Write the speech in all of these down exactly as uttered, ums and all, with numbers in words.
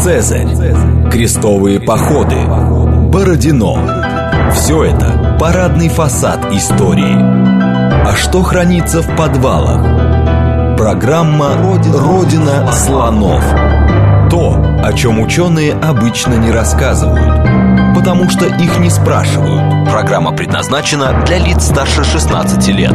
Цезарь, крестовые походы, Бородино. Все это парадный фасад истории. А что хранится в подвалах? Программа «Родина слонов». То, о чем ученые обычно не рассказывают, потому что их не спрашивают. Программа предназначена для лиц старше шестнадцати лет.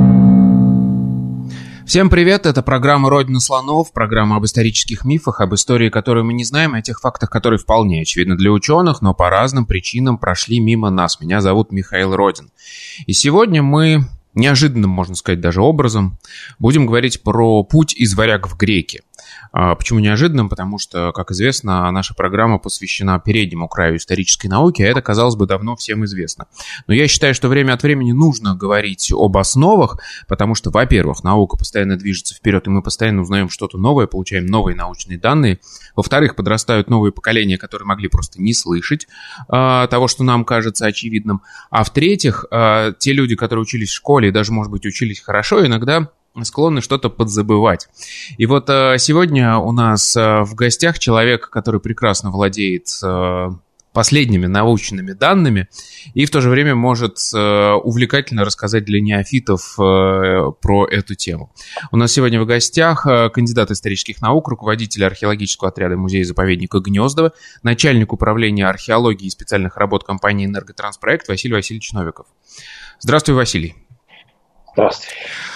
Всем привет, это программа «Родина слонов», программа об исторических мифах, об истории, которую мы не знаем, и о тех фактах, которые вполне очевидны для ученых, но по разным причинам прошли мимо нас. Меня зовут Михаил Родин. И сегодня мы неожиданным, можно сказать, даже образом будем говорить про путь из варяг в греки. Почему неожиданным? Потому что, как известно, наша программа посвящена переднему краю исторической науки, а это, казалось бы, давно всем известно. Но я считаю, что время от времени нужно говорить об основах, потому что, во-первых, наука постоянно движется вперед, и мы постоянно узнаем что-то новое, получаем новые научные данные. Во-вторых, подрастают новые поколения, которые могли просто не слышать а, того, что нам кажется очевидным. А в-третьих, а, те люди, которые учились в школе и даже, может быть, учились хорошо, иногда склонны что-то подзабывать. И вот э, сегодня у нас э, в гостях человек, который прекрасно владеет э, последними научными данными и в то же время может э, увлекательно рассказать для неофитов э, про эту тему. У нас сегодня в гостях э, кандидат исторических наук, руководитель археологического отряда музея-заповедника Гнездово, начальник управления археологии и специальных работ компании «Энерготранспроект» Василий Васильевич Новиков. Здравствуй, Василий. Здравствуйте.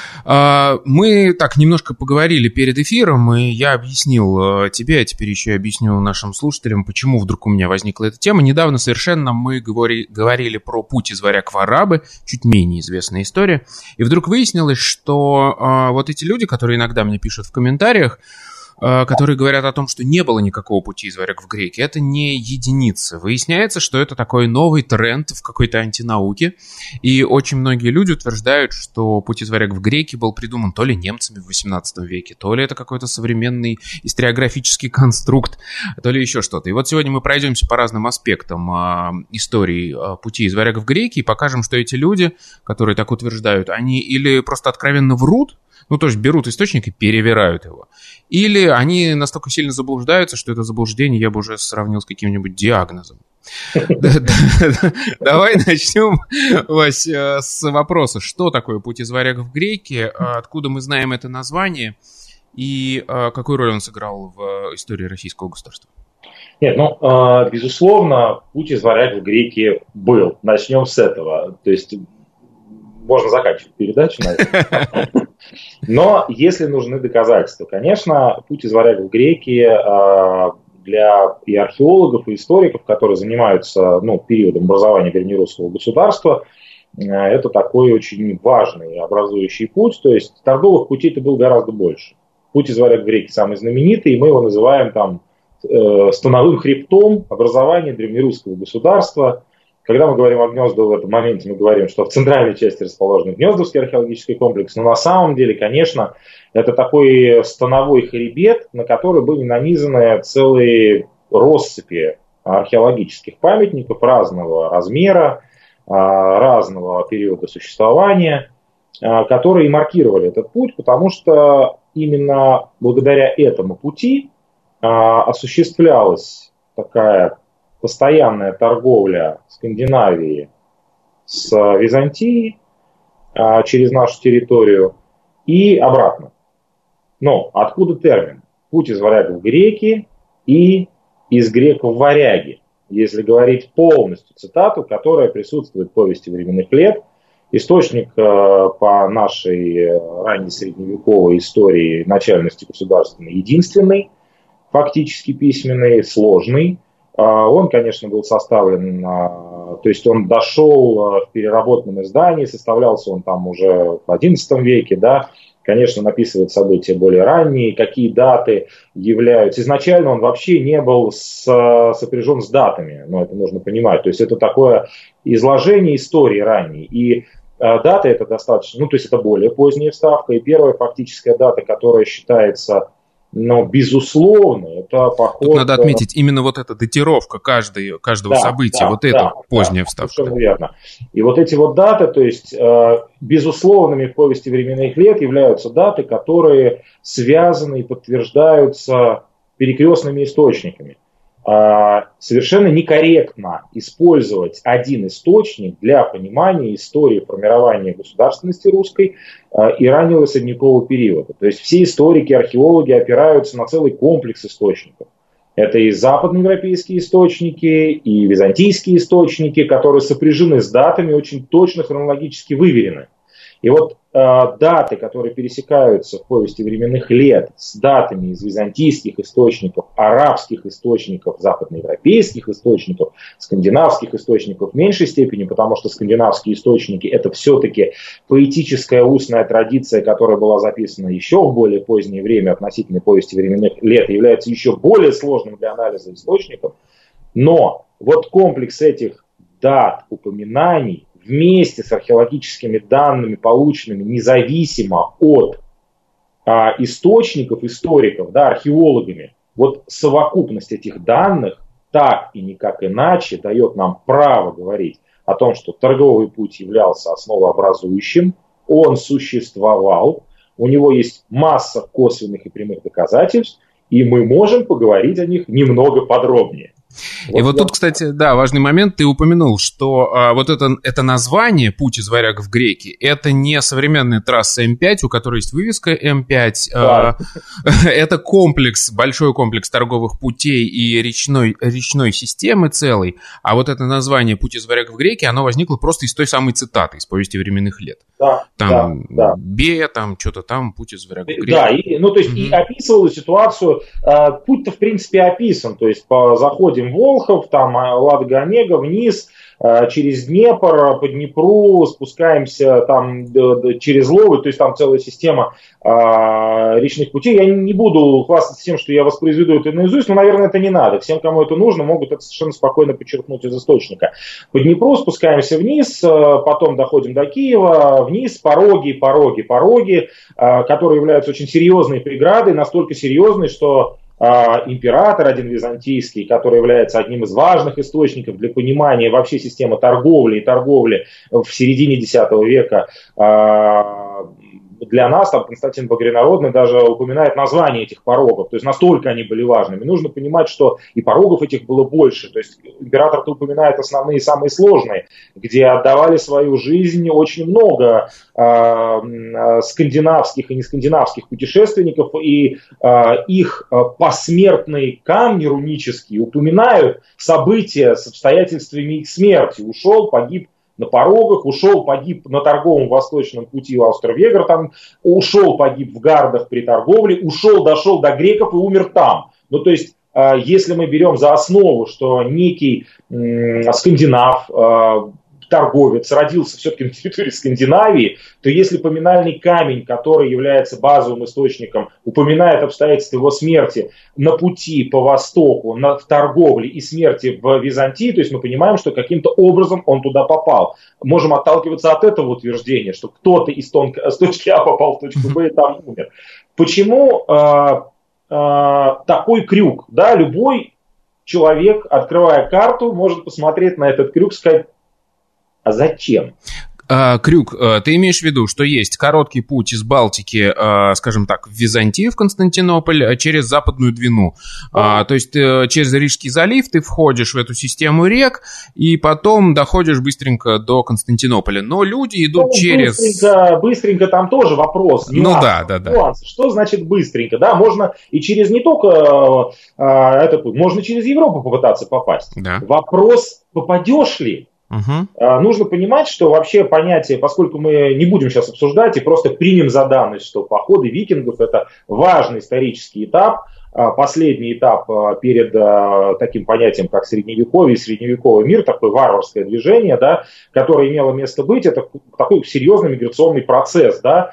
Мы так немножко поговорили перед эфиром, и я объяснил тебе, а теперь еще и объясню нашим слушателям, почему вдруг у меня возникла эта тема. Недавно совершенно мы говори, говорили про путь из варяг в арабы, чуть менее известная история, и вдруг выяснилось, что а, вот эти люди, которые иногда мне пишут в комментариях, которые говорят о том, что не было никакого пути из варяг в греки, это не единицы. Выясняется, что это такой новый тренд в какой-то антинауке, и очень многие люди утверждают, что путь из варяг в греки был придуман то ли немцами в восемнадцатом веке, то ли это какой-то современный историографический конструкт, то ли еще что-то. И вот сегодня мы пройдемся по разным аспектам а, истории а, пути из варяг в греки и покажем, что эти люди, которые так утверждают, они или просто откровенно врут, ну, то есть берут источник и перевирают его. Или они настолько сильно заблуждаются, что это заблуждение я бы уже сравнил с каким-нибудь диагнозом. Давай начнем, Вась, с вопроса. Что такое путь из варяг в греки? Откуда мы знаем это название? И какую роль он сыграл в истории российского государства? Нет, ну, безусловно, путь из варяг в греки был. Начнем с этого. То есть можно заканчивать передачу, наверное. Но если нужны доказательства, конечно, путь из варяг в греки для и археологов, и историков, которые занимаются ну, периодом образования древнерусского государства, это такой очень важный образующий путь. То есть торговых путей-то было гораздо больше. Путь из варяг в греки самый знаменитый, и мы его называем там становым хребтом образования древнерусского государства. Когда мы говорим о Гнездово, в этом моменте мы говорим, что в центральной части расположен Гнездовский археологический комплекс, но на самом деле, конечно, это такой становой хребет, на который были нанизаны целые россыпи археологических памятников разного размера, разного периода существования, которые маркировали этот путь, потому что именно благодаря этому пути осуществлялась такая постоянная торговля Скандинавии с Византией а, через нашу территорию и обратно. Но откуда термин? Путь из варяг в греки и из греков в варяги. Если говорить полностью цитату, которая присутствует в повести временных лет, источник а, по нашей ранней средневековой истории начальности государственной единственный, фактически письменный, сложный. Он, конечно, был составлен, то есть он дошел в переработанном издании, составлялся он там уже в одиннадцатом веке, да, конечно, написывает события более ранние, какие даты являются. Изначально он вообще не был с, сопряжен с датами, но это нужно понимать, то есть это такое изложение истории ранней, и дата это достаточно, ну, то есть это более поздняя вставка, и первая фактическая дата, которая считается... Но, безусловно, это поход... Тут надо отметить, именно вот эта датировка каждой, каждого да, события, да, вот да, это поздняя да, вставка. Совершенно верно. И вот эти вот даты, то есть, безусловными в повести временных лет являются даты, которые связаны и подтверждаются перекрестными источниками. Совершенно некорректно использовать один источник для понимания истории формирования государственности русской и раннего средневекового периода. То есть все историки, археологи опираются на целый комплекс источников. Это и западноевропейские источники, и византийские источники, которые сопряжены с датами, очень точно хронологически выверены. И вот э, даты, которые пересекаются в повести временных лет с датами из византийских источников, арабских источников, западноевропейских источников, скандинавских источников в меньшей степени, потому что скандинавские источники — это все-таки поэтическая устная традиция, которая была записана еще в более позднее время относительно повести временных лет, является еще более сложным для анализа источников. Но вот комплекс этих дат, упоминаний, вместе с археологическими данными, полученными независимо от а, источников, историков, да, археологами, вот совокупность этих данных так и никак иначе дает нам право говорить о том, что торговый путь являлся основообразующим, он существовал, у него есть масса косвенных и прямых доказательств, и мы можем поговорить о них немного подробнее. И вот, вот тут, кстати, да, важный момент, ты упомянул, что а, вот это, это название «Путь из варягов в греки» — это не современная трасса эм пять, у которой есть вывеска эм пять, да. а, это комплекс, большой комплекс торговых путей и речной, речной системы целой, а вот это название «Путь из варягов в греки», оно возникло просто из той самой цитаты, из повести временных лет. Да, там да, да. Бе, там что-то там, «Путь из варягов в греки». Да, и, ну то есть mm-hmm. и описывала ситуацию, а, путь-то в принципе описан, то есть по заходим в Волхов, там Ладога-Онега, вниз, через Днепр, по Днепру, спускаемся там через Ловы, то есть там целая система а, речных путей. Я не буду хвастаться тем, что я воспроизведу это наизусть, но, наверное, это не надо. Всем, кому это нужно, могут это совершенно спокойно подчеркнуть из источника. По Днепру спускаемся вниз, потом доходим до Киева, вниз, пороги, пороги, пороги, которые являются очень серьезной преградой, настолько серьезной, что император один византийский, который является одним из важных источников для понимания вообще системы торговли и торговли в середине десятого века, для нас, там, Константин Багрянародный даже упоминает название этих порогов, то есть настолько они были важными. Нужно понимать, что и порогов этих было больше, то есть император-то упоминает основные, самые сложные, где отдавали свою жизнь очень много э, скандинавских и нескандинавских путешественников, и э, их посмертные камни рунические упоминают события с обстоятельствами их смерти. Ушел, погиб на порогах, ушел, погиб на торговом восточном пути в Аустро-Вегер, там, ушел, погиб в Гардах при торговле, ушел, дошел до греков и умер там. Ну, то есть, э, если мы берем за основу, что некий э, скандинав, э, торговец родился все-таки на территории Скандинавии, то если поминальный камень, который является базовым источником, упоминает обстоятельства его смерти на пути по востоку, на, в торговле и смерти в Византии, то есть мы понимаем, что каким-то образом он туда попал. Можем отталкиваться от этого утверждения, что кто-то из тонко, с точки А попал в точку Б и там умер. Почему э, э, такой крюк? Да, любой человек, открывая карту, может посмотреть на этот крюк и сказать: а зачем? А, Крюк, ты имеешь в виду, что есть короткий путь из Балтики, скажем так, в Византию, в Константинополь, через Западную Двину. А, то есть через Рижский залив ты входишь в эту систему рек и потом доходишь быстренько до Константинополя. Но люди идут ну, через... Быстренько, быстренько там тоже вопрос. Нюанс, ну да, да, да. Нюанс. Что значит быстренько? Да, можно и через не только а, этот путь, можно через Европу попытаться попасть. Да. Вопрос, попадешь ли? Uh-huh. Нужно понимать, что вообще понятие, поскольку мы не будем сейчас обсуждать и просто примем за данность, что походы викингов — это важный исторический этап, последний этап перед таким понятием, как средневековье и средневековый мир, такое варварское движение, да, которое имело место быть, это такой серьезный миграционный процесс, да.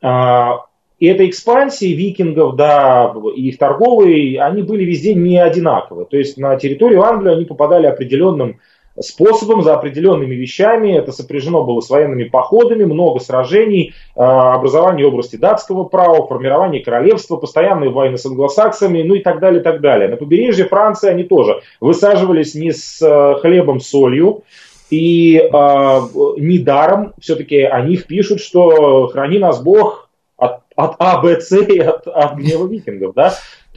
И эта экспансия викингов, да, и их торговые, они были везде не одинаковые. То есть на территорию Англии они попадали определенным способом, за определенными вещами. Это сопряжено было с военными походами, много сражений, образование области датского права, формирование королевства, постоянные войны с англосаксами, ну и так далее, и так далее. На побережье Франции они тоже высаживались не с хлебом, солью, и э, недаром все-таки о них пишут, что храни нас Бог от, от А, Б, С и от, от гнева викингов, да.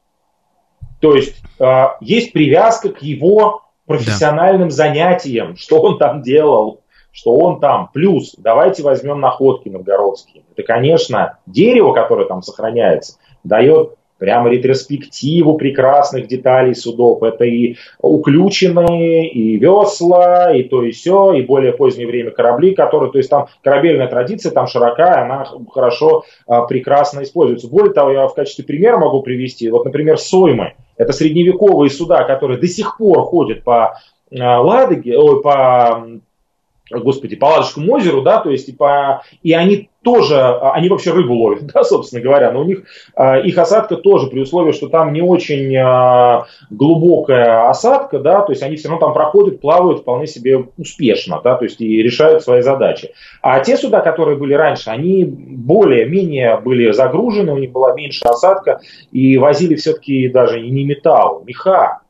То есть э, есть привязка к его профессиональным да. занятиям, что он там делал, что он там. Плюс, давайте возьмем находки новгородские. Это, конечно, дерево, которое там сохраняется, дает прямо ретроспективу прекрасных деталей судов. Это и уключенные, и весла, и то, и сё, и более позднее время корабли, которые, то есть там корабельная традиция там широка, она хорошо, прекрасно используется. Более того, я в качестве примера могу привести, вот, например, соймы. Это средневековые суда, которые до сих пор ходят по Ладоге, ой, по... Господи, по Ладожскому озеру, да, то есть и, по, и они тоже, они вообще рыбу ловят, да, собственно говоря, но у них э, их осадка тоже при условии, что там не очень э, глубокая осадка, да, то есть они все равно там проходят, плавают вполне себе успешно, да, то есть и решают свои задачи. А те суда, которые были раньше, они более-менее были загружены, у них была меньше осадка и возили все-таки даже и не металл, меха.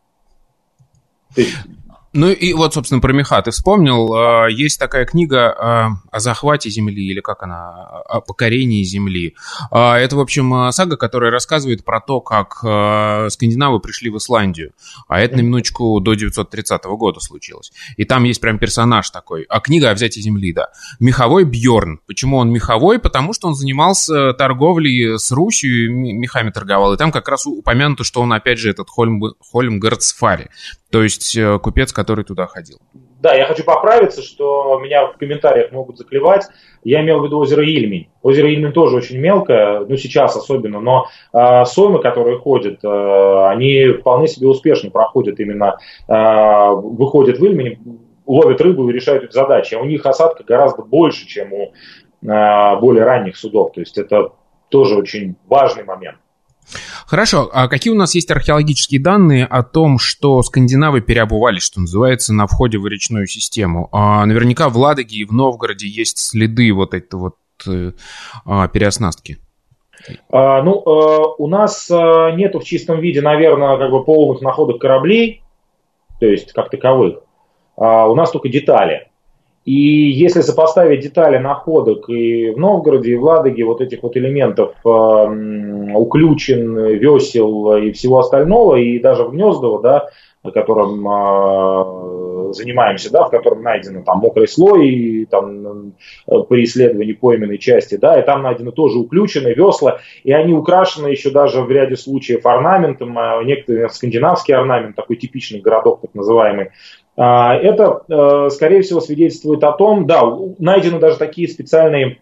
То есть, ну и вот, собственно, про меха ты вспомнил. Есть такая книга о захвате Земли, или как она, о покорении Земли. Это, в общем, сага, которая рассказывает про то, как скандинавы пришли в Исландию. А это на минуточку до девятьсот тридцатого года случилось. И там есть прям персонаж такой. А книга о взятии Земли, да. Меховой Бьорн. Почему он меховой? Потому что он занимался торговлей с Русью, мехами торговал. И там как раз упомянуто, что он, опять же, этот Хольм... Хольмгардсфари. То есть купец, который туда ходил. Да, я хочу поправиться, что меня в комментариях могут заклевать. Я имел в виду озеро Ильмень. Озеро Ильмень тоже очень мелкое, ну сейчас особенно, но э, соймы, которые ходят, э, они вполне себе успешно проходят именно, э, выходят в Ильмень, ловят рыбу и решают эти задачи. А у них осадка гораздо больше, чем у э, более ранних судов. То есть это тоже очень важный момент. Хорошо, а какие у нас есть археологические данные о том, что скандинавы переобувались, что называется, на входе в речную систему? А, наверняка в Ладоге и в Новгороде есть следы вот этой вот а, переоснастки. А, ну, а, у нас а, нету в чистом виде, наверное, как бы полных находок кораблей, то есть как таковых. А, у нас только детали. И если сопоставить детали находок и в Новгороде, и в Ладоге, вот этих вот элементов э, уключен, весел и всего остального, и даже в Гнездово, да, которым э, занимаемся, да, в котором найдено там мокрый слой и, там, при исследовании пойменной части, да, и там найдены тоже уключенные весла, и они украшены еще даже в ряде случаев орнаментом, некоторые скандинавский орнамент, такой типичный городок так называемый. Это, скорее всего, свидетельствует о том, да, найдены даже такие специальные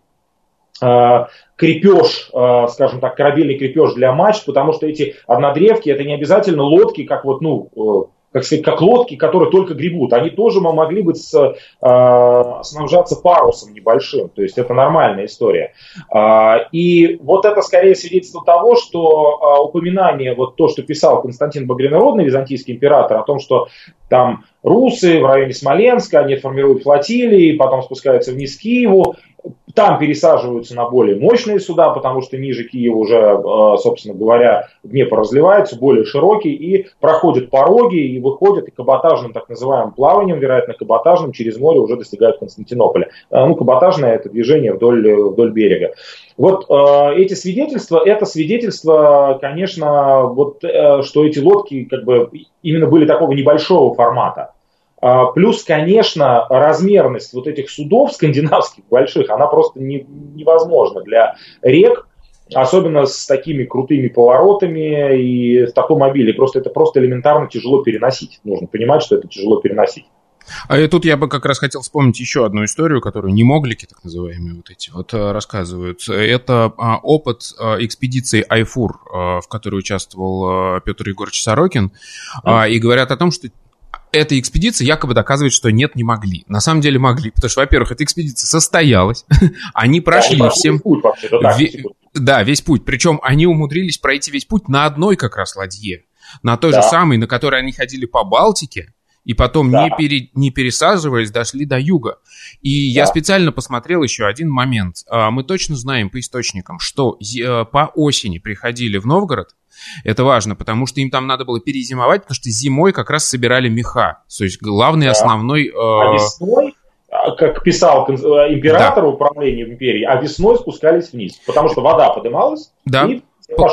крепеж, скажем так, корабельный крепеж для мачт, потому что эти однодревки, это не обязательно лодки, как вот, ну, как сказать, как лодки, которые только гребут. Они тоже могли быть с, э, снабжаться парусом небольшим, то есть это нормальная история. Э, и вот это скорее свидетельство того, что э, упоминание, вот то, что писал Константин Багрянародный, византийский император, о том, что там русы в районе Смоленска, они формируют флотилии, потом спускаются вниз к Киеву, там пересаживаются на более мощные суда, потому что ниже Киева уже, собственно говоря, Днепр разливается, более широкий, и проходят пороги, и выходят и каботажным так называемым плаванием, вероятно, каботажным, через море уже достигают Константинополя. Ну, каботажное это движение вдоль, вдоль берега. Вот э, эти свидетельства, это свидетельство, конечно, вот, э, что эти лодки как бы именно были такого небольшого формата. Плюс, конечно, размерность вот этих судов скандинавских больших, она просто не, невозможна для рек, особенно с такими крутыми поворотами и в таком мобиле. Просто это просто элементарно тяжело переносить. Нужно понимать, что это тяжело переносить. А и тут я бы как раз хотел вспомнить еще одну историю, которую немоглики, так называемые, вот эти вот рассказывают. Это опыт экспедиции Айфур, в которой участвовал Петр Егорович Сорокин, mm. и говорят о том, что эта экспедиция якобы доказывает, что нет, не могли. На самом деле могли, потому что, во-первых, эта экспедиция состоялась, они прошли да, всем... Путь вообще, да, Ве... да, весь путь. Причем они умудрились пройти весь путь на одной как раз ладье, на той да. же самой, на которой они ходили по Балтике, и потом, да. не, пере... не пересаживаясь, дошли до юга. И да. я специально посмотрел еще один момент. Мы точно знаем по источникам, что по осени приходили в Новгород. Это важно, потому что им там надо было перезимовать, потому что зимой как раз собирали меха. То есть главный, да. основной... Э... А весной, как писал император да. управления империи, а весной спускались вниз, потому что вода поднималась, да. и пошли.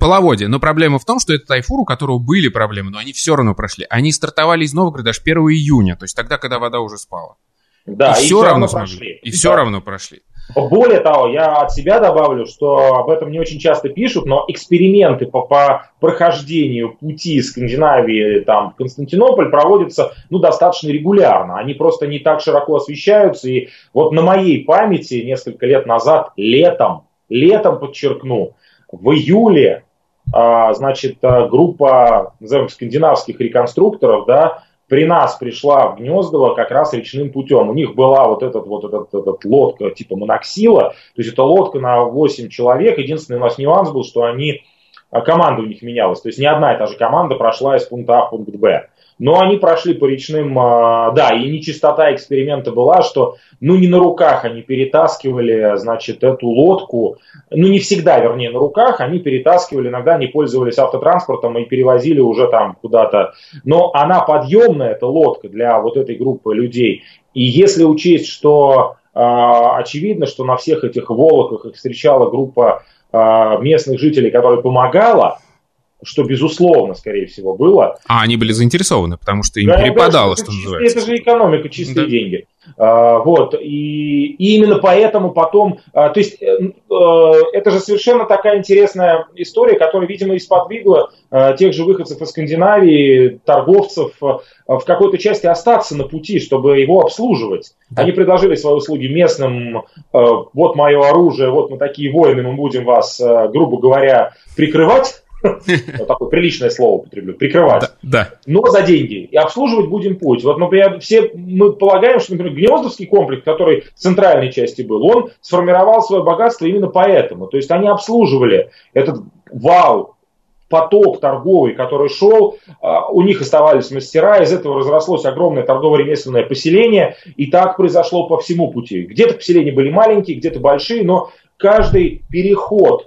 половодье. Но проблема в том, что это Тайфур, у которого были проблемы, но они все равно прошли. Они стартовали из Новгорода аж первого июня, то есть тогда, когда вода уже спала. Да, и, и все, все равно прошли. Смогли. И все да. равно прошли. Более того, я от себя добавлю, что об этом не очень часто пишут, но эксперименты по, по прохождению пути из Скандинавии там, в Константинополь проводятся ну, достаточно регулярно. Они просто не так широко освещаются. И вот на моей памяти несколько лет назад, летом, летом подчеркну, в июле, а, значит, группа, назовем, скандинавских реконструкторов, да, при нас пришла в Гнездово как раз речным путем. У них была вот эта вот этот, этот лодка типа моноксила, то есть это лодка на восемь человек. Единственный у нас нюанс был, что они, команда у них менялась. То есть не одна и та же команда прошла из пункта А в пункт Б. Но они прошли по речным, да, и нечистота эксперимента была, что ну не на руках они перетаскивали, значит, эту лодку, ну не всегда, вернее, на руках, они перетаскивали, иногда они пользовались автотранспортом и перевозили уже там куда-то. Но она подъемная, эта лодка для вот этой группы людей. И если учесть, что э, очевидно, что на всех этих волоках их встречала группа э, местных жителей, которая помогала, что, безусловно, скорее всего, было. А они были заинтересованы, потому что им да, перепадало, что, что чистые, называется. Это же экономика, чистые да. деньги. А, вот, и, и именно поэтому потом... А, то есть, а, это же совершенно такая интересная история, которая, видимо, и сподвигла а, тех же выходцев из Скандинавии, торговцев, а, в какой-то части остаться на пути, чтобы его обслуживать. Да. Они предложили свои услуги местным, а, вот мое оружие, вот мы такие воины, мы будем вас, а, грубо говоря, прикрывать. Вот такое приличное слово употреблю. Прикрывать. Да, да. Но за деньги. И обслуживать будем путь. Вот, например, все мы полагаем, что, например, Гнездовский комплекс, который в центральной части был, он сформировал свое богатство именно поэтому. То есть они обслуживали этот вал, поток торговый, который шел, у них оставались мастера, из этого разрослось огромное торгово-ремесленное поселение, и так произошло по всему пути. Где-то поселения были маленькие, где-то большие, но каждый переход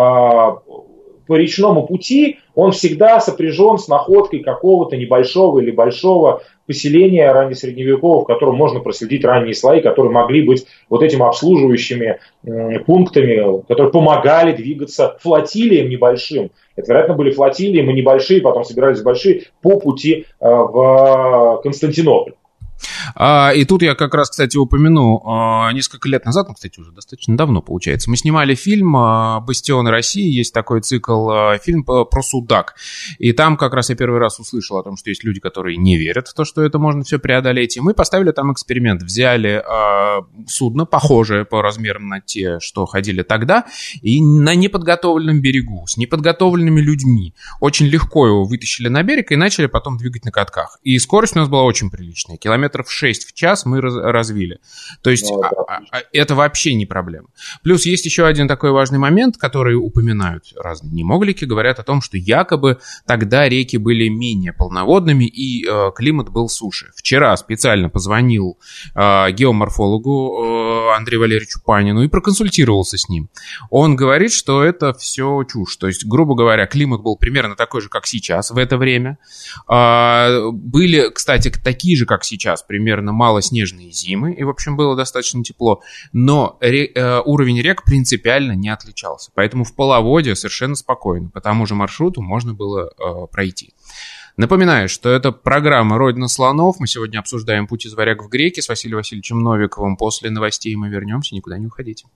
по речному пути, он всегда сопряжен с находкой какого-то небольшого или большого поселения раннесредневекового, в котором можно проследить ранние слои, которые могли быть вот этими обслуживающими э, пунктами, которые помогали двигаться флотилиям небольшим. Это, вероятно, были флотилии, мы небольшие, потом собирались большие, по пути э, в Константинополь. А, и тут я как раз, кстати, упомяну, а, несколько лет назад, ну, кстати, уже достаточно давно, получается, мы снимали фильм а, «Бастионы России», есть такой цикл, а, фильм про Судак. И там как раз я первый раз услышал о том, что есть люди, которые не верят в то, что это можно все преодолеть. И мы поставили там эксперимент. Взяли а, судно, похожее по размерам на те, что ходили тогда, и на неподготовленном берегу, с неподготовленными людьми. Очень легко его вытащили на берег и начали потом двигать на катках. И скорость у нас была очень приличная. Километров шесть в час мы раз, развили. То есть ну, а, а, это вообще не проблема. Плюс есть еще один такой важный момент, который упоминают разные немоглики, говорят о том, что якобы тогда реки были менее полноводными и э, климат был суше. Вчера специально позвонил э, геоморфологу э, Андрею Валерьевичу Панину и проконсультировался с ним. Он говорит, что это все чушь. То есть, грубо говоря, климат был примерно такой же, как сейчас в это время. Э, были, кстати, такие же, как сейчас, примерно малоснежные зимы, и, в общем, было достаточно тепло, но ре, э, уровень рек принципиально не отличался. Поэтому в половодье совершенно спокойно по тому же маршруту можно было э, пройти. Напоминаю, что это программа «Родина слонов». Мы сегодня обсуждаем путь из Варяг в Греки с Василием Васильевичем Новиковым. После новостей мы вернемся, никуда не уходите.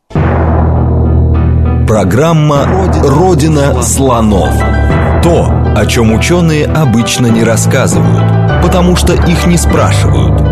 Программа «Родина слонов». То, о чем ученые обычно не рассказывают, потому что их не спрашивают.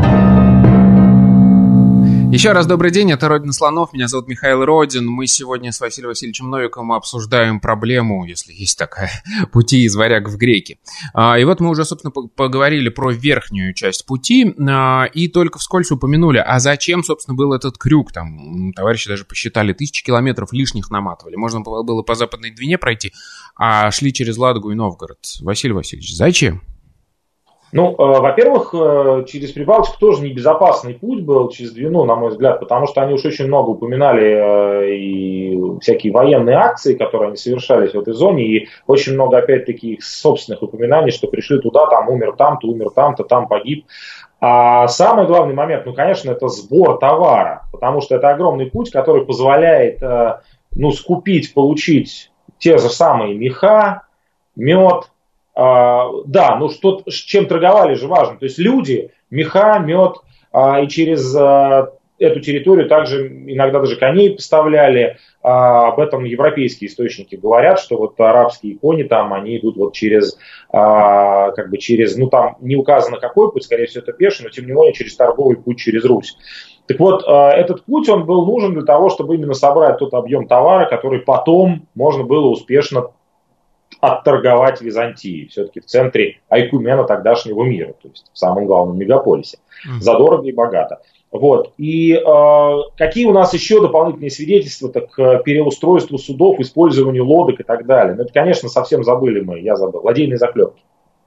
Еще раз добрый день, это «Родина слонов», меня зовут Михаил Родин. Мы сегодня с Василием Васильевичем Новиковым обсуждаем проблему, если есть такая, пути из Варяг в Греки. И вот мы уже, собственно, поговорили про верхнюю часть пути, и только вскользь упомянули, а зачем, собственно, был этот крюк. Там товарищи даже посчитали, тысячи километров лишних наматывали. Можно было по Западной Двине пройти, а шли через Ладогу и Новгород. Василий Васильевич, зачем? Ну, э, во-первых, э, через Прибалтику тоже небезопасный путь был, через Двину, на мой взгляд, потому что они уж очень много упоминали э, и всякие военные акции, которые они совершались в этой зоне, и очень много, опять-таки, их собственных упоминаний, что пришли туда, там умер там-то, умер там-то, там погиб. А самый главный момент, ну, конечно, это сбор товара, потому что это огромный путь, который позволяет, э, ну, скупить, получить те же самые меха, мед. А, да, ну что, чем торговали же важно. То есть люди, меха, мед, а, и через а, эту территорию также иногда даже коней поставляли. А, об этом европейские источники говорят, что вот арабские кони там, они идут вот через, а, как бы через, ну там не указано какой путь, скорее всего это пеший, но тем не менее через торговый путь через Русь. Так вот, этот путь, он был нужен для того, чтобы именно собрать тот объем товара, который потом можно было успешно отторговать Византии. Все-таки в центре айкумена тогдашнего мира, то есть в самом главном мегаполисе. Задорого и богато. Вот. И э, какие у нас еще дополнительные свидетельства к переустройству судов, использованию лодок и так далее? Ну, это, конечно, совсем забыли мы, я забыл, ладейные заклепки.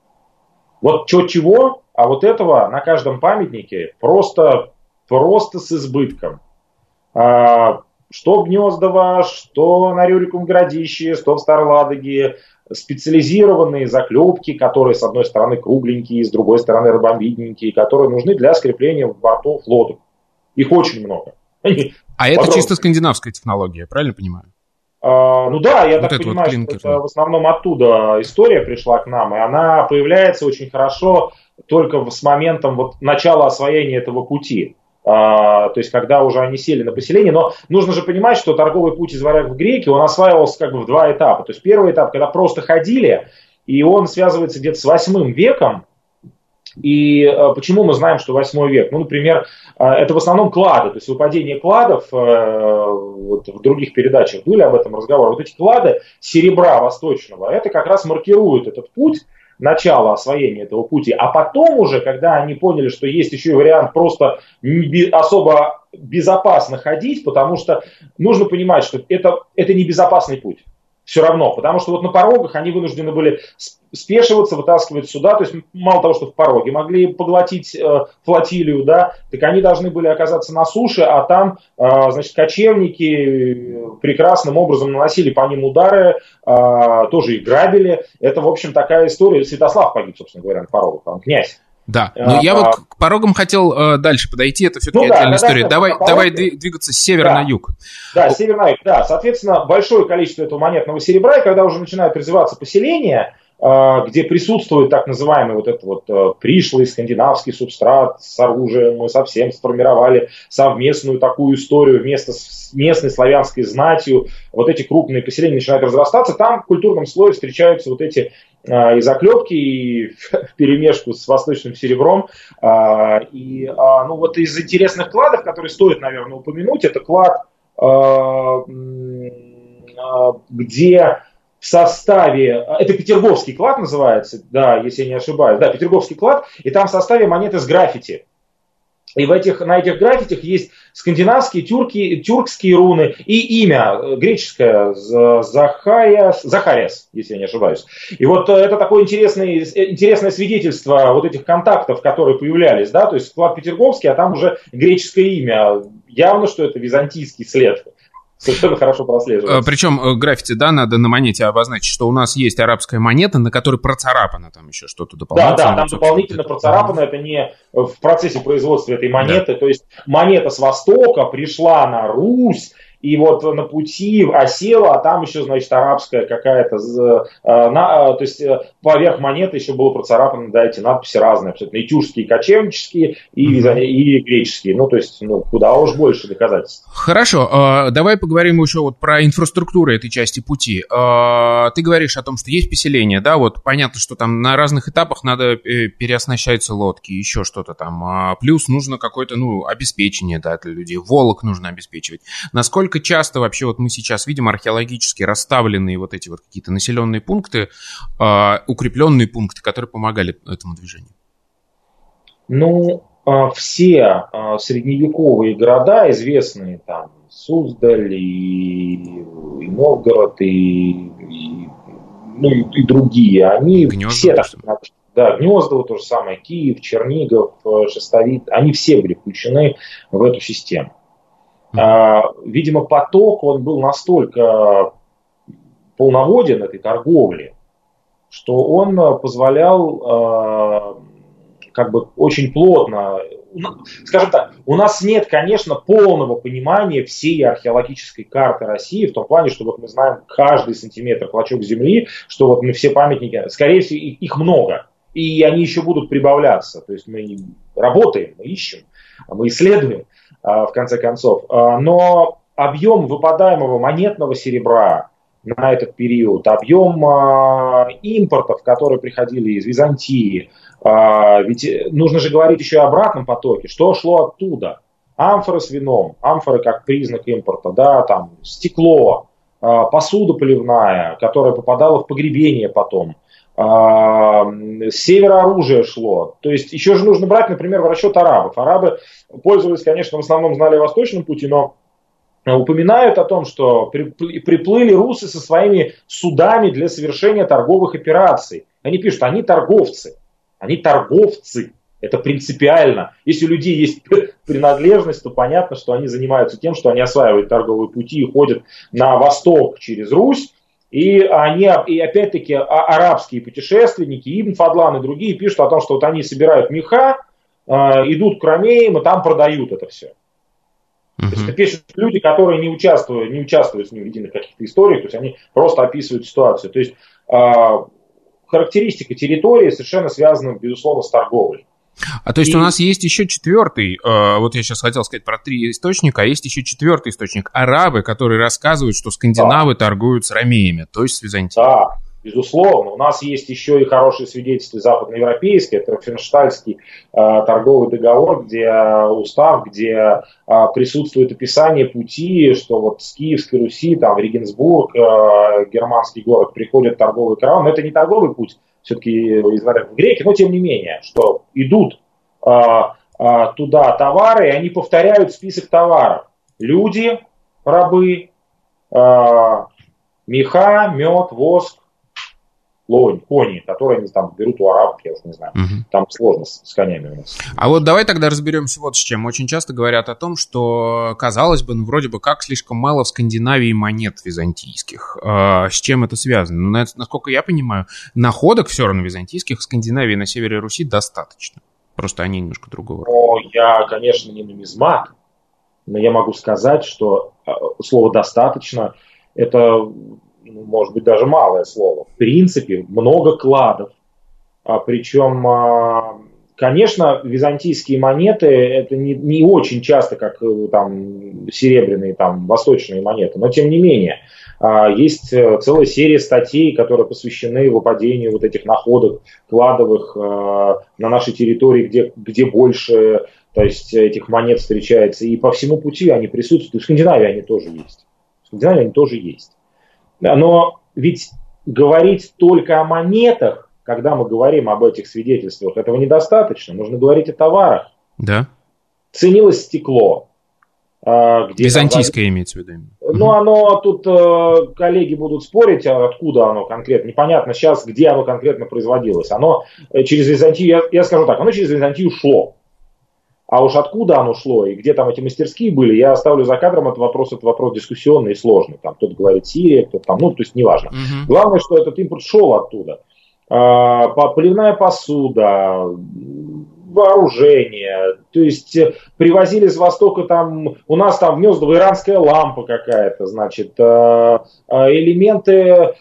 Вот чего-чего, а вот этого на каждом памятнике просто... Просто с избытком. А, что в Гнездово, что на Рюриковом городище, что в Староладоге. Специализированные заклепки, которые с одной стороны кругленькие, с другой стороны ромбовидненькие, которые нужны для скрепления бортов лодок. Их очень много. Они а это чисто скандинавская технология, правильно понимаю? А, ну да, я вот так понимаю, вот что это в основном оттуда история пришла к нам, и она появляется очень хорошо только с моментом вот начала освоения этого пути. Uh, то есть, когда уже они сели на поселение. Но нужно же понимать, что торговый путь из варяг в греки, он осваивался как бы в два этапа. То есть, первый этап, когда просто ходили, и он связывается где-то с восьмым веком. И uh, почему мы знаем, что восьмой век? Ну, например, uh, это в основном клады. То есть, выпадение кладов, uh, вот в других передачах были об этом разговоры. Вот эти клады серебра восточного, это как раз маркирует этот путь, начало освоения этого пути, а потом уже, когда они поняли, что есть еще и вариант просто не особо безопасно ходить, потому что нужно понимать, что это, это не безопасный путь. Все равно, потому что вот на порогах они вынуждены были спешиваться, вытаскивать суда, то есть мало того, что в пороге могли поглотить э, флотилию, да, так они должны были оказаться на суше, а там, э, значит, кочевники прекрасным образом наносили по ним удары, э, тоже их грабили. Это, в общем, такая история. Святослав погиб, собственно говоря, на порогах, там, князь. Да, но а, я вот к порогам хотел э, дальше подойти, это все-таки ну, отдельная да, история. Да, давай, давай двигаться с севера да. на юг. Да, с севера на юг, да. Соответственно, большое количество этого монетного серебра, и когда уже начинают развиваться поселения, э, где присутствует так называемый вот этот вот э, пришлый скандинавский субстрат с оружием, мы совсем сформировали совместную такую историю вместо с местной славянской знатью, вот эти крупные поселения начинают разрастаться, там в культурном слое встречаются вот эти и заклепки, и вперемешку с восточным серебром. И ну, вот из интересных кладов, которые стоит, наверное, упомянуть, это клад, где в составе, это Петерговский клад называется, да, если я не ошибаюсь, да, Петерговский клад, и там в составе монеты с граффити. И в этих, на этих граффитях есть скандинавские, тюрки, тюркские руны и имя греческое Захая, Захарес, если я не ошибаюсь. И вот это такое интересное, интересное свидетельство вот этих контактов, которые появлялись, да, то есть вклад Петерговский, а там уже греческое имя. Явно, что это византийский след. Совершенно хорошо прослеживается. Причем граффити, да, надо на монете обозначить, что у нас есть арабская монета, на которой процарапано там еще что-то дополнительное. Да, да, там дополнительно процарапано, это не в процессе производства этой монеты. Да. То есть монета с Востока пришла на Русь, и вот на пути осела, а там еще, значит, арабская какая-то, на, то есть поверх монеты еще было процарапано, да, эти надписи разные, абсолютно, и тюркские, и кочевнические, и, mm-hmm. и греческие, ну, то есть, ну, куда уж больше доказательств. Хорошо, давай поговорим еще вот про инфраструктуру этой части пути. Ты говоришь о том, что есть поселения, да, вот понятно, что там на разных этапах надо переоснащаться лодки, еще что-то там, плюс нужно какое-то, ну, обеспечение, да, для людей, волок нужно обеспечивать. Насколько Насколько часто вообще вот мы сейчас видим археологически расставленные вот эти вот какие-то населенные пункты, э, укрепленные пункты, которые помогали этому движению? Ну, э, все э, средневековые города, известные там, Суздаль и, и Новгород, и, и, ну, и, и другие, они Гнездово, все так, да, Гнездово, то же самое, Киев, Чернигов, Шестовит, они все были включены в эту систему. Видимо, поток, он был настолько полноводен этой торговли, что он позволял как бы очень плотно. Скажем так, у нас нет, конечно, полного понимания всей археологической карты России, в том плане, что вот мы знаем каждый сантиметр, клочок земли, что вот мы все памятники, скорее всего, их много, и они еще будут прибавляться. То есть мы работаем, мы ищем, мы исследуем, в конце концов. Но объем выпадаемого монетного серебра на этот период, объем импортов, которые приходили из Византии, ведь нужно же говорить еще о обратном потоке, что шло оттуда. Амфоры с вином, амфоры как признак импорта, да, там стекло, посуда поливная, которая попадала в погребение потом. С севера оружие шло. То есть еще же нужно брать, например, в расчет арабов. Арабы пользовались, конечно, в основном знали о восточном пути, но упоминают о том, что приплыли русы со своими судами для совершения торговых операций. Они пишут, они торговцы. Они торговцы. Это принципиально. Если у людей есть принадлежность, то понятно, что они занимаются тем, что они осваивают торговые пути и ходят на восток через Русь. И они, и опять-таки, арабские путешественники, Ибн Фадлан и другие пишут о том, что вот они собирают меха, идут к ромеям и там продают это все. Uh-huh. То есть это пишут люди, которые не участвуют, не участвуют в невидимых каких-то историях, то есть они просто описывают ситуацию. То есть характеристика территории совершенно связана, безусловно, с торговлей. А то есть и... у нас есть еще четвертый, э, вот я сейчас хотел сказать про три источника, а есть еще четвертый источник, арабы, которые рассказывают, что скандинавы да. торгуют с ромеями, то есть с Византией. Да, безусловно. У нас есть еще и хорошие свидетельства западноевропейские, это Ферштальский э, торговый договор, где э, устав, где э, присутствует описание пути, что вот с Киевской Руси, там, в Регенсбург, э, германский город, приходят торговые караваны, но это не торговый путь, все-таки из в греки, но тем не менее, что идут а, а, туда товары, и они повторяют список товаров. Люди, рабы, а, меха, мед, воск, лонь, кони, которые они там берут у арабов, я уж не знаю. Угу. Там сложно с, с конями у нас. А вот давай тогда разберемся вот с чем. Очень часто говорят о том, что, казалось бы, ну вроде бы как слишком мало в Скандинавии монет византийских. А, с чем это связано? Ну, насколько я понимаю, находок все равно византийских в Скандинавии на севере Руси достаточно. Просто они немножко другого. Ну, я, конечно, не нумизмат, но я могу сказать, что слово «достаточно» — это... может быть, даже малое слово. В принципе, много кладов. А, причем, а, конечно, византийские монеты это не, не очень часто, как там, серебряные там, восточные монеты, но тем не менее. А, есть целая серия статей, которые посвящены выпадению вот этих находок кладовых а, на нашей территории, где, где больше, то есть, этих монет встречается. И по всему пути они присутствуют. В Скандинавии они тоже есть. В Скандинавии они тоже есть. Но ведь говорить только о монетах, когда мы говорим об этих свидетельствах, этого недостаточно. Нужно говорить о товарах. Да. Ценилось стекло. Где византийское там, имеется в виду. Ну, оно тут коллеги будут спорить, откуда оно конкретно. Непонятно сейчас, где оно конкретно производилось. Оно через Византию, я, я скажу так, оно через Византию шло. А уж откуда оно шло и где там эти мастерские были, я оставлю за кадром этот вопрос, это вопрос дискуссионный и сложный. Там кто-то говорит Сирия, кто-то там, ну, то есть неважно. Uh-huh. Главное, что этот импорт шел оттуда. А, поливная посуда, вооружение, то есть привозили с Востока там, у нас там гнездовая иранская лампа какая-то, значит, элементы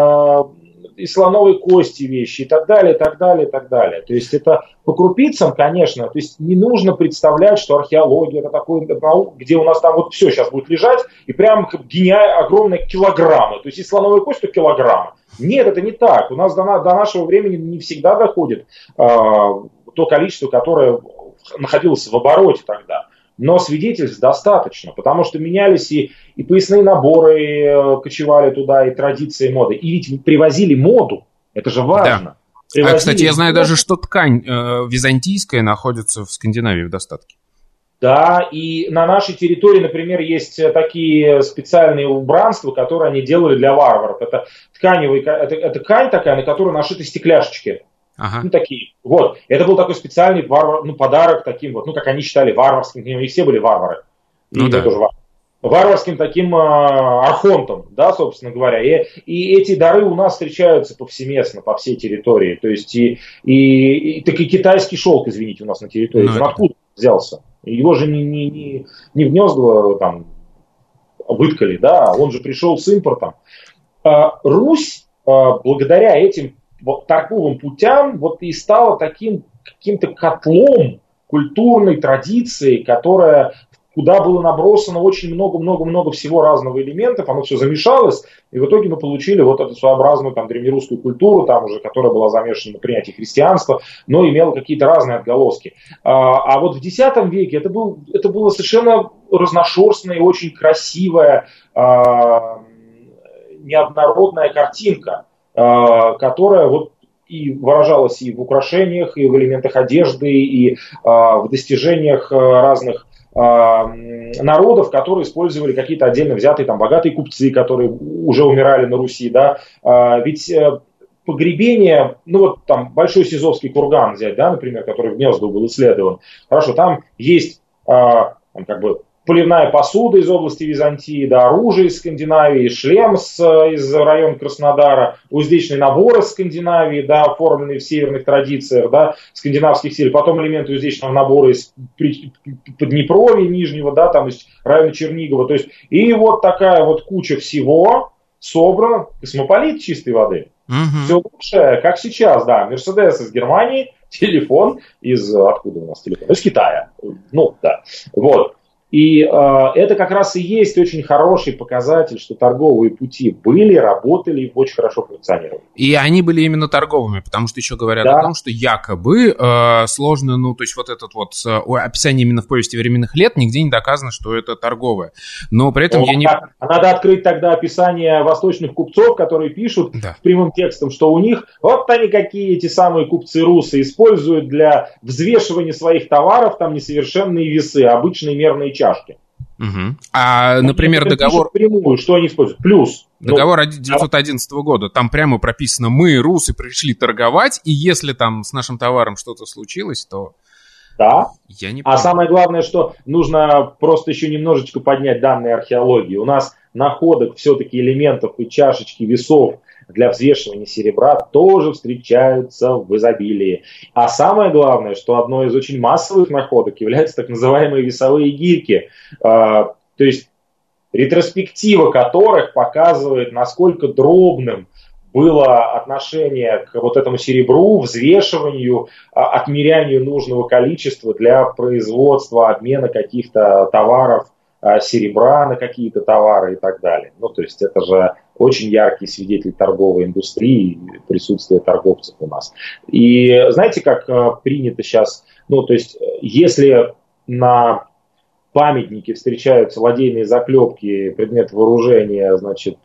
из слоновой кости вещи и так далее, и так далее, и так далее. То есть это по крупицам, конечно, то есть не нужно представлять, что археология это такой наука, где у нас там вот все сейчас будет лежать и прям гениально огромные килограммы. То есть из слоновой кости то килограммы. Нет, это не так. У нас до, до нашего времени не всегда доходит э, то количество, которое находилось в обороте тогда. Но свидетельств достаточно, потому что менялись и, и поясные наборы э, кочевали туда, и традиции моды. И ведь привозили моду, это же важно. Да. А, кстати, я знаю даже, что ткань э, византийская находится в Скандинавии в достатке. Да, и на нашей территории, например, есть такие специальные убранства, которые они делали для варваров. Это тканевый, это, это ткань такая, на которой нашиты стекляшечки. Ага. Ну, такие. Вот. Это был такой специальный варвар, ну, подарок таким вот, ну, как они считали, варварским. У них все были варвары. И ну, да. тоже варвар. варварским таким э, архонтом, да, собственно говоря. И, и эти дары у нас встречаются повсеместно по всей территории. То есть и, и, и так и китайский шелк, извините, у нас на территории. Он откуда взялся? Его же не, не, не, не в гнезда там выткали, да, он же пришел с импортом. А, Русь, а, благодаря этим вот, торговым путям, вот и стала таким каким-то котлом культурной традиции, которая, куда было набросано очень много-много-много всего разного элементов, оно все замешалось, и в итоге мы получили вот эту своеобразную там древнерусскую культуру, там уже, которая была замешана на принятии христианства, но имела какие-то разные отголоски. А, а вот в десятом веке это, был, это было совершенно разношерстная и очень красивая, а, неоднородная картинка, а, которая вот и выражалась и в украшениях, и в элементах одежды, и а, в достижениях разных народов, которые использовали какие-то отдельно взятые там богатые купцы, которые уже умирали на Руси, да, ведь погребение, ну вот там Большой Сизовский курган взять, да, например, который в Гнездово был исследован, хорошо, там есть там, как бы поливная посуда из области Византии, да, оружие из Скандинавии, шлем с, из района Краснодара, уздечный набор из Скандинавии, да, оформленный в северных традициях, да, скандинавских стилей, потом элементы уздечного набора из Поднепровья Нижнего, да, там из района Чернигова, то есть, и вот такая вот куча всего собрана, космополит чистой воды. Mm-hmm. Все лучшее, как сейчас, да, Мерседес из Германии, телефон из, откуда у нас телефон? Из Китая, ну, да, вот. И э, это как раз и есть очень хороший показатель, что торговые пути были, работали и очень хорошо функционировали. И они были именно торговыми, потому что еще говорят да. о том, что якобы э, сложно, ну, то есть вот этот вот э, описание именно в повести временных лет, нигде не доказано, что это торговое. Но при этом ну, я не... Надо открыть тогда описание восточных купцов, которые пишут да. прямым текстом, что у них вот они какие эти самые купцы-русы используют для взвешивания своих товаров там несовершенные весы, обычные мерные чашки. Угу. А, например, они договор... Прямую, что они используют? Плюс. Договор ну, девятьсот одиннадцатого года, там прямо прописано, мы, русы, пришли торговать, и если там с нашим товаром что-то случилось, то... Да. Я не а понимаю. Самое главное, что нужно просто еще немножечко поднять данные археологии. У нас находок все-таки элементов и чашечки весов для взвешивания серебра тоже встречаются в изобилии. А самое главное, что одной из очень массовых находок являются так называемые весовые гирьки. То есть ретроспектива которых показывает, насколько дробным было отношение к вот этому серебру, взвешиванию, отмерянию нужного количества для производства, обмена каких-то товаров, серебра на какие-то товары и так далее. Ну, то есть это же очень яркий свидетель торговой индустрии, присутствия торговцев у нас. И знаете, как принято сейчас, ну, то есть если на памятнике встречаются ладейные заклепки, предмет вооружения, значит,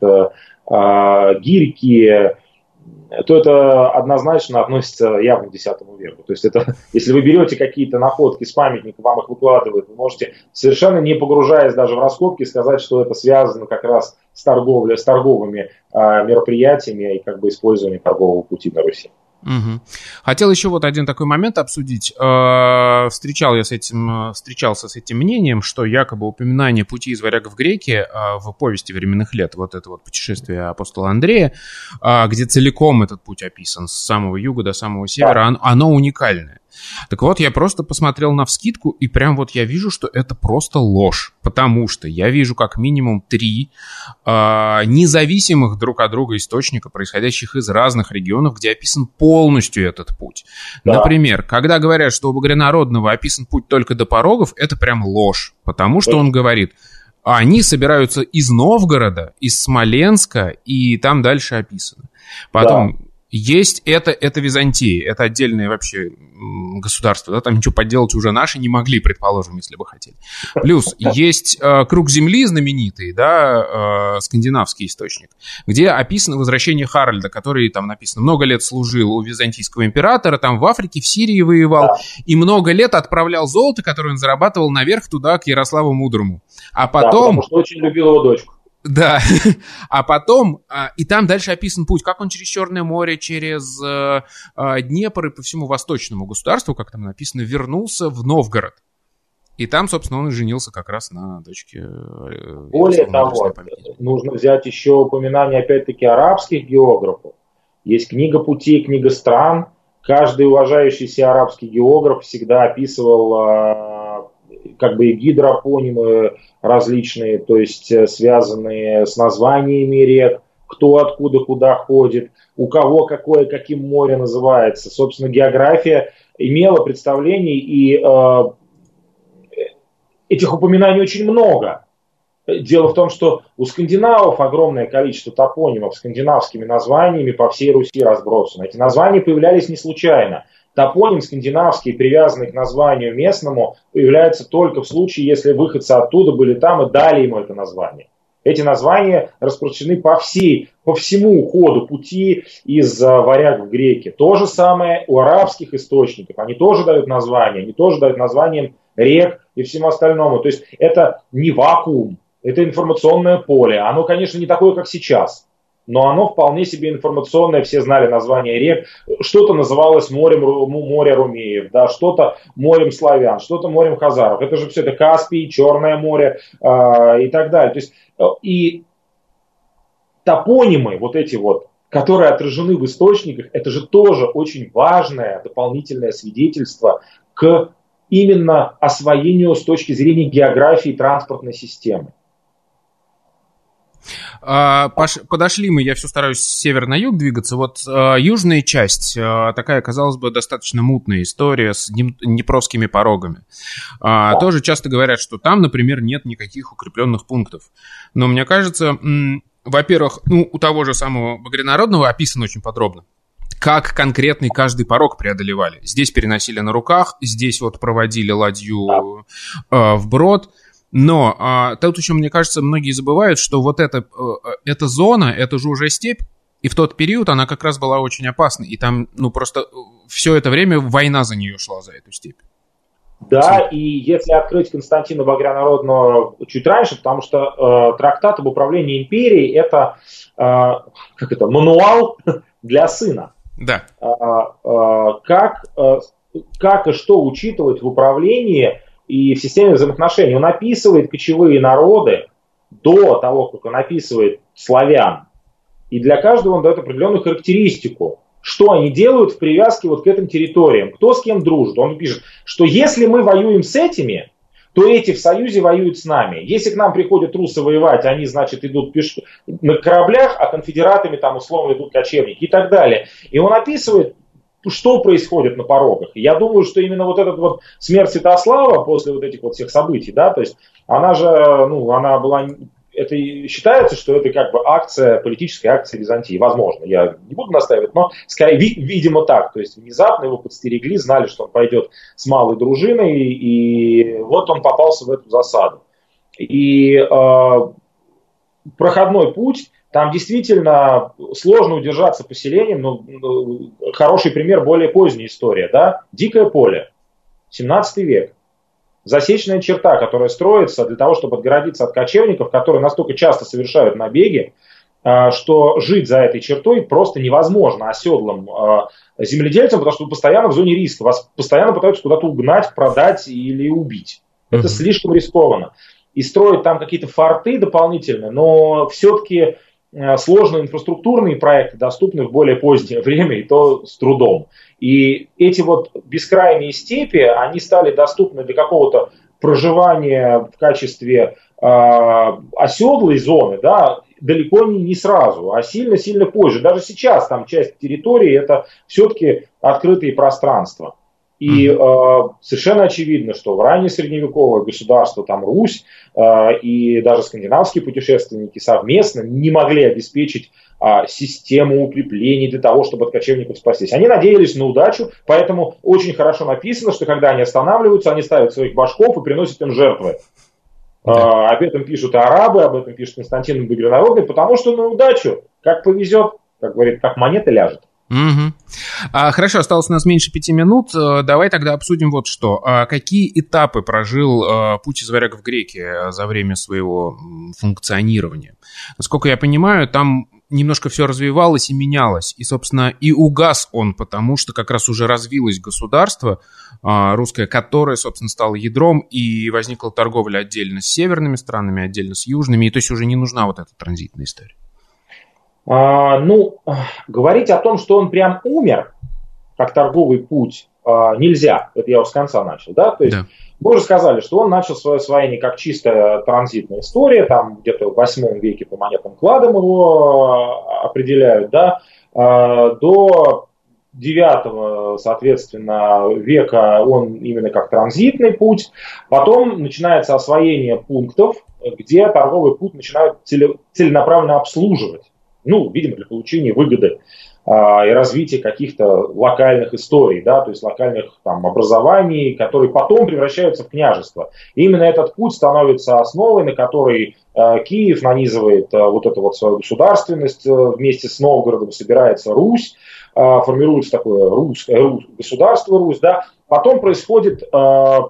гирьки, то это однозначно относится явно к десятому веку. То есть это, если вы берете какие-то находки с памятника, вам их выкладывают, вы можете, совершенно не погружаясь даже в раскопки, сказать, что это связано как раз с торговлей, с торговыми а, мероприятиями и как бы использованием торгового пути на Руси. Угу. Хотел еще вот один такой момент обсудить. Э, встречал я с этим, встречался с этим мнением, что якобы упоминание пути из варягов в греки э, в повести временных лет, вот это вот путешествие апостола Андрея, э, где целиком этот путь описан с самого юга до самого севера, да. оно, оно уникальное. Так вот, я просто посмотрел навскидку, и прям вот я вижу, что это просто ложь. Потому что я вижу как минимум три э, независимых друг от друга источника, происходящих из разных регионов, где описан полностью этот путь. Да. Например, когда говорят, что у Багрянародного описан путь только до порогов, это прям ложь. Потому что он говорит, они собираются из Новгорода, из Смоленска, и там дальше описано. Потом... Да. Есть это, это Византия, это отдельное вообще государство, да, там ничего поделать уже наши не могли, предположим, если бы хотели. Плюс есть э, круг земли знаменитый, да, э, скандинавский источник, где описано возвращение Харальда, который там написано, много лет служил у византийского императора, там в Африке, в Сирии воевал, да. и много лет отправлял золото, которое он зарабатывал наверх туда, к Ярославу Мудрому. А потом... Да, потому что очень любил его дочку. Да, а потом, и там дальше описан путь, как он через Черное море, через Днепр и по всему восточному государству, как там написано, вернулся в Новгород. И там, собственно, он и женился как раз на дочке. Более того, нужно взять еще упоминание, опять-таки, арабских географов. Есть книга путей, книга стран. Каждый уважающийся арабский географ всегда описывал как бы и гидропонимы различные, то есть связанные с названиями рек, кто откуда куда ходит, у кого какое каким море называется. Собственно, география имела представление, и э, этих упоминаний очень много. Дело в том, что у скандинавов огромное количество топонимов скандинавскими названиями по всей Руси разбросано. Эти названия появлялись не случайно. Топоним скандинавский, привязанный к названию местному, появляется только в случае, если выходцы оттуда были там и дали ему это название. Эти названия распространены по всей, по всему ходу пути из варяг в греки. То же самое у арабских источников. Они тоже дают названия, они тоже дают названием рек и всему остальному. То есть это не вакуум, это информационное поле. Оно, конечно, не такое, как сейчас. Но оно вполне себе информационное, все знали название рек. Что-то называлось морем, море Румеев, да, что-то морем славян, что-то морем хазаров. Это же все это Каспий, Черное море э, и так далее. То есть, э, и топонимы, вот эти вот, которые отражены в источниках, это же тоже очень важное дополнительное свидетельство к именно освоению с точки зрения географии транспортной системы. Подошли мы, я все стараюсь с севера на юг двигаться. Вот э, южная часть, э, такая, казалось бы, достаточно мутная история с днепровскими порогами. Э, тоже часто говорят, что там, например, нет никаких укрепленных пунктов. Но мне кажется, м, во-первых, ну, у того же самого Багрянародного описано очень подробно, как конкретный каждый порог преодолевали. Здесь переносили на руках, здесь вот проводили ладью э, вброд. Но а, тут еще, мне кажется, многие забывают, что вот эта, эта зона, это же уже степь, и в тот период она как раз была очень опасной. И там, ну, просто все это время война за нее шла, за эту степь. Да, и если открыть Константина Багрянародного чуть раньше, потому что э, трактат об управлении империей – это, э, как это мануал для сына. Да. Э, э, как, э, как и что учитывать в управлении и в системе взаимоотношений. Он описывает кочевые народы до того, как он описывает славян. И для каждого он дает определенную характеристику, что они делают в привязке вот к этим территориям, кто с кем дружит. Он пишет, что если мы воюем с этими, то эти в союзе воюют с нами. Если к нам приходят русы воевать, они, значит, идут пеш... на кораблях, а конфедератами там условно идут кочевники и так далее. И он описывает, что происходит на порогах. Я думаю, что именно вот эта вот смерть Святослава после вот этих вот всех событий, да, то есть она же, ну, она была, это считается, что это как бы акция, политическая акция Византии. Возможно, я не буду настаивать, но скорее, видимо, так. То есть внезапно его подстерегли, знали, что он пойдет с малой дружиной, и вот он попался в эту засаду. И э, проходной путь. Там действительно сложно удержаться поселением, но хороший пример, более поздняя история, да? Дикое поле, семнадцатый век. Засечная черта, которая строится для того, чтобы отгородиться от кочевников, которые настолько часто совершают набеги, что жить за этой чертой просто невозможно оседлым земледельцам, потому что вы постоянно в зоне риска, вас постоянно пытаются куда-то угнать, продать или убить. Это mm-hmm. слишком рискованно. И строить там какие-то форты дополнительные, но все-таки сложные инфраструктурные проекты доступны в более позднее время, и то с трудом. И эти вот бескрайние степи, они стали доступны для какого-то проживания в качестве э, оседлой зоны, да, далеко не, не сразу, а сильно-сильно позже. Даже сейчас там часть территории это все-таки открытые пространства. И э, совершенно очевидно, что в раннее средневековое государство, там Русь э, и даже скандинавские путешественники совместно не могли обеспечить э, систему укреплений для того, чтобы от кочевников спастись. Они надеялись на удачу, поэтому очень хорошо написано, что когда они останавливаются, они ставят своих башков и приносят им жертвы. Э, об этом пишут и арабы, об этом пишет Константин Багрянародный, потому что на удачу, как повезет, как говорит, как монета ляжет. Угу. А, хорошо, осталось у нас меньше пяти минут. Давай тогда обсудим вот что. А какие этапы прожил а, путь из варягов в греки за время своего функционирования? Насколько я понимаю, там немножко все развивалось и менялось. И, собственно, и угас он, потому что как раз уже развилось государство э, русское, которое, собственно, стало ядром, и возникла торговля отдельно с северными странами, отдельно с южными, и то есть уже не нужна вот эта транзитная история. А, ну, говорить о том, что он прям умер, как торговый путь, а, нельзя. Это я уже с конца начал, да? То есть да. Мы уже сказали, что он начал свое освоение как чистая транзитная история, там где-то в восьмом веке по монетным кладам его определяют, да, а, до девятого, соответственно, века он именно как транзитный путь. Потом начинается освоение пунктов, где торговый путь начинают целенаправленно обслуживать. Ну, видимо, для получения выгоды а, и развития каких-то локальных историй, да, то есть локальных там образований, которые потом превращаются в княжество. И именно этот путь становится основой, на которой а, Киев нанизывает а, вот эту вот свою государственность, а, вместе с Новгородом собирается Русь, а, формируется такое русское Русь, государство Русь, да. Потом происходит а,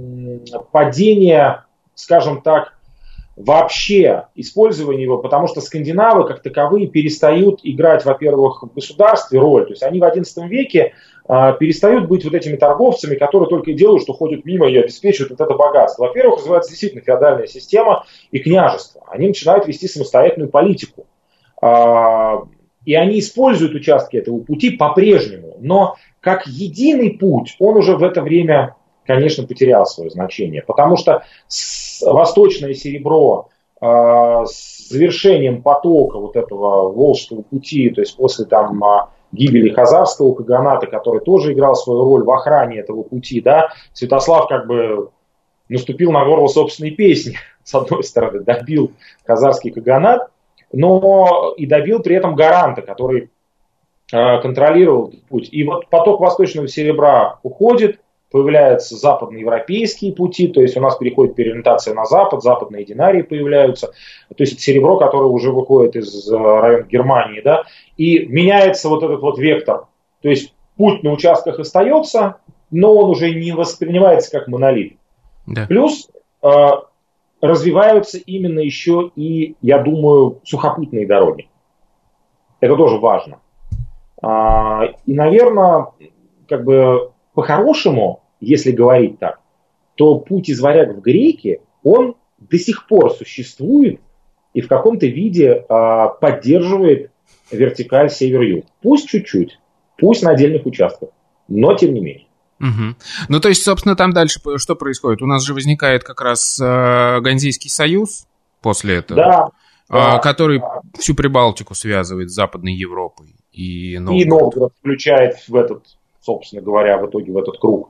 падение, скажем так, вообще использование его, потому что скандинавы как таковые перестают играть, во-первых, в государстве роль, то есть они в одиннадцатом веке э, перестают быть вот этими торговцами, которые только и делают, что ходят мимо и обеспечивают вот это богатство. Во-первых, развивается действительно феодальная система и княжество. Они начинают вести самостоятельную политику. Э, и они используют участки этого пути по-прежнему, но как единый путь он уже в это время, конечно, потерял свое значение, потому что восточное серебро э, с завершением потока вот этого Волжского пути, то есть после там гибели Хазарского каганата, который тоже играл свою роль в охране этого пути, да, Святослав как бы наступил на горло собственной песни, с одной стороны, добил Хазарский каганат, но и добил при этом гаранта, который э, контролировал этот путь. И вот поток восточного серебра уходит, появляются западноевропейские пути, то есть у нас переходит переориентация на запад, западные динарии появляются, то есть это серебро, которое уже выходит из района Германии, да, и меняется вот этот вот вектор, то есть путь на участках остается, но он уже не воспринимается как монолит. Да. Плюс э, развиваются именно еще и, я думаю, сухопутные дороги. Это тоже важно. А, и, наверное, как бы по-хорошему, если говорить так, то путь из варяг в греки, он до сих пор существует и в каком-то виде э, поддерживает вертикаль север-юг. Пусть чуть-чуть, пусть на отдельных участках, но тем не менее. Угу. Ну, то есть, собственно, там дальше что происходит? У нас же возникает как раз э, Ганзейский союз после этого, да, э, да, который да. всю Прибалтику связывает с Западной Европой. И Новгород. И Новгород включает в этот, собственно говоря, в итоге в этот круг.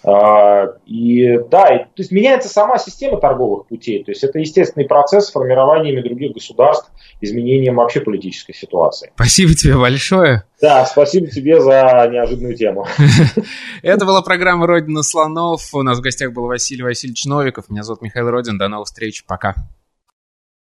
И да, и, то есть меняется сама система торговых путей, то есть это естественный процесс с формированием других государств, изменением вообще политической ситуации. Спасибо тебе большое. Да, спасибо тебе за неожиданную тему. Это была программа «Родина слонов». У нас в гостях был Василий Васильевич Новиков. Меня зовут Михаил Родин. До новых встреч. Пока.